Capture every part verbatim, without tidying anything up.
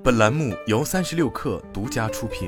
本栏目由三十六氪独家出品。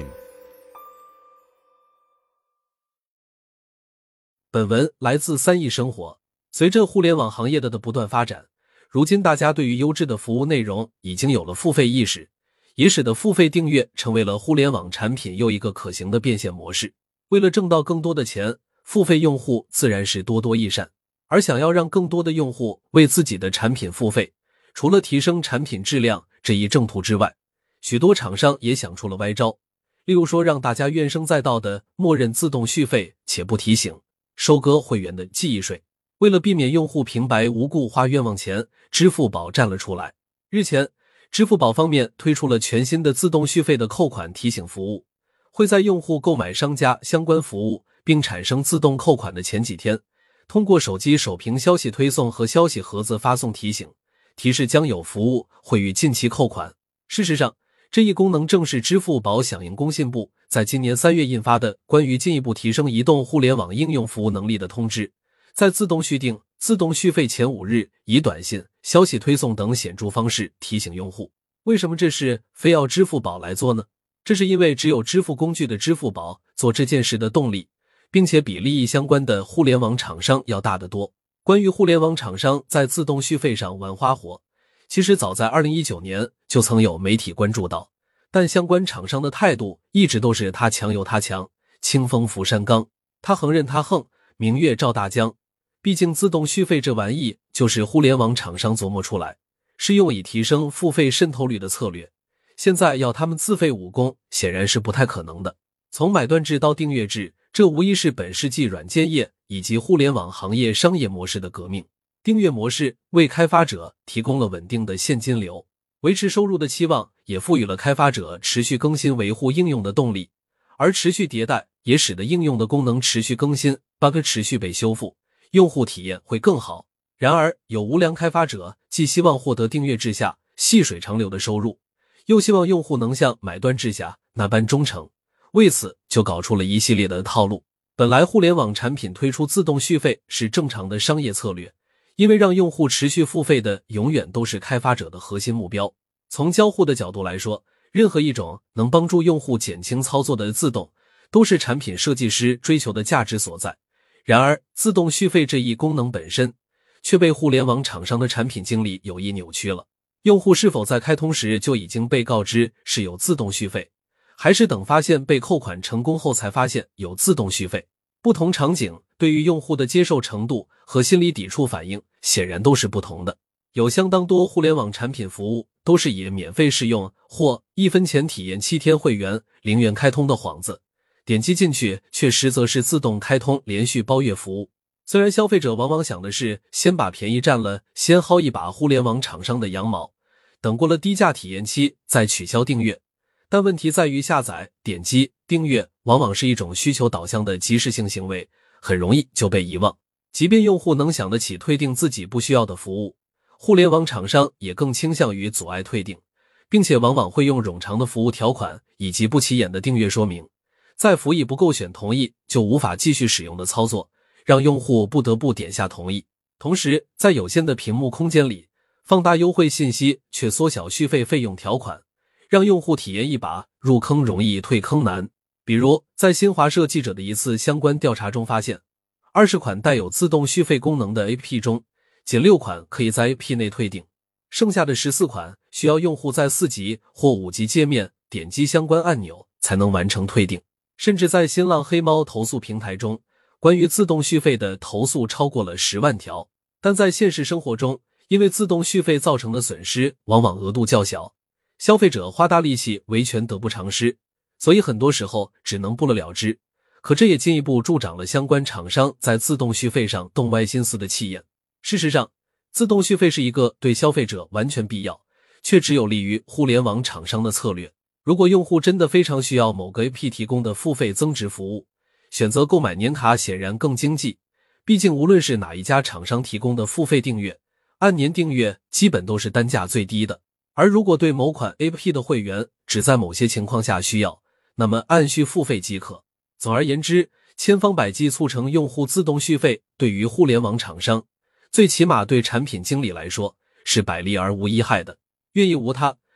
本文来自三亿生活。随着互联网行业的的不断发展，如今大家对于优质的服务内容已经有了付费意识，也使得付费订阅成为了互联网产品又一个可行的变现模式。为了挣到更多的钱，付费用户自然是多多益善，而想要让更多的用户为自己的产品付费，除了提升产品质量这一正途之外，许多厂商也想出了歪招，例如说让大家怨声载道的默认自动续费且不提醒，收割会员的记忆税。为了避免用户平白无故花冤枉钱，支付宝站了出来。日前，支付宝方面推出了全新的自动续费的扣款提醒服务，会在用户购买商家相关服务并产生自动扣款的前几天，通过手机首屏消息推送和消息盒子发送提醒，提示将有服务会于近期扣款。事实上，这一功能正是支付宝响应工信部在今年三月印发的关于进一步提升移动互联网应用服务能力的通知，在自动续订、自动续费前五日，以短信、消息推送等显著方式提醒用户。为什么这事非要支付宝来做呢？这是因为只有支付工具的支付宝做这件事的动力，并且比利益相关的互联网厂商要大得多。关于互联网厂商在自动续费上玩花活，其实早在二零一九年就曾有媒体关注到，但相关厂商的态度一直都是他强由他强，清风拂山岗，他横任他横，明月照大江。毕竟自动续费这玩意就是互联网厂商琢磨出来，是用以提升付费渗透率的策略，现在要他们自废武功显然是不太可能的。从买断制到订阅制，这无疑是本世纪软件业以及互联网行业商业模式的革命。订阅模式为开发者提供了稳定的现金流，维持收入的期望，也赋予了开发者持续更新维护应用的动力，而持续迭代也使得应用的功能持续更新， bug 持续被修复，用户体验会更好。然而，有无良开发者既希望获得订阅制下细水长流的收入，又希望用户能像买断制下那般忠诚，为此就搞出了一系列的套路。本来互联网产品推出自动续费是正常的商业策略，因为让用户持续付费的永远都是开发者的核心目标。从交互的角度来说，任何一种能帮助用户减轻操作的自动，都是产品设计师追求的价值所在。然而，自动续费这一功能本身却被互联网厂商的产品经理有意扭曲了。用户是否在开通时就已经被告知是有自动续费，还是等发现被扣款成功后才发现有自动续费？不同场景对于用户的接受程度和心理抵触反应显然都是不同的。有相当多互联网产品服务都是以免费试用或一分钱体验七天会员、零元开通的幌子，点击进去却实则是自动开通连续包月服务。虽然消费者往往想的是先把便宜占了，先薅一把互联网厂商的羊毛，等过了低价体验期再取消订阅，但问题在于下载、点击、订阅往往是一种需求导向的即时性行为，很容易就被遗忘。即便用户能想得起退订自己不需要的服务，互联网厂商也更倾向于阻碍退订，并且往往会用冗长的服务条款以及不起眼的订阅说明，在服役不够选同意就无法继续使用的操作，让用户不得不点下同意。同时，在有限的屏幕空间里，放大优惠信息却缩小续费费用条款，让用户体验一把入坑容易退坑难。比如，在新华社记者的一次相关调查中发现，二十款带有自动续费功能的 A P P 中，仅六款可以在 A P P 内退订，剩下的十四款需要用户在四级或五级界面点击相关按钮才能完成退订。甚至在新浪黑猫投诉平台中，关于自动续费的投诉超过了十万条。但在现实生活中，因为自动续费造成的损失往往额度较小，消费者花大力气维权得不偿失，所以很多时候只能不了了之。可这也进一步助长了相关厂商在自动续费上动歪心思的气焰。事实上，自动续费是一个对消费者完全必要，却只有利于互联网厂商的策略。如果用户真的非常需要某个 A P P 提供的付费增值服务，选择购买年卡显然更经济。毕竟无论是哪一家厂商提供的付费订阅，按年订阅基本都是单价最低的。而如果对某款 A P P 的会员只在某些情况下需要，那么按需付费即可。总而言之，千方百计促成用户自动续费，对于互联网厂商，最起码对产品经理来说是百利而无一害的。愿意无他，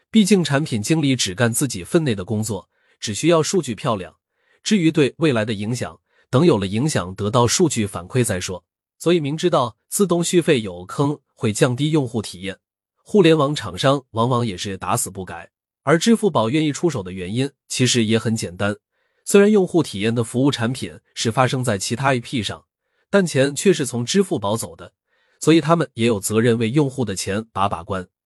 毕竟产品经理只干自己分内的工作，只需要数据漂亮，至于对未来的影响，等有了影响得到数据反馈再说。所以明知道自动续费有坑，会降低用户体验，互联网厂商往往也是打死不改。而支付宝愿意出手的原因其实也很简单，虽然用户体验的服务产品是发生在其他 A P P 上，但钱却是从支付宝走的，所以他们也有责任为用户的钱把把关。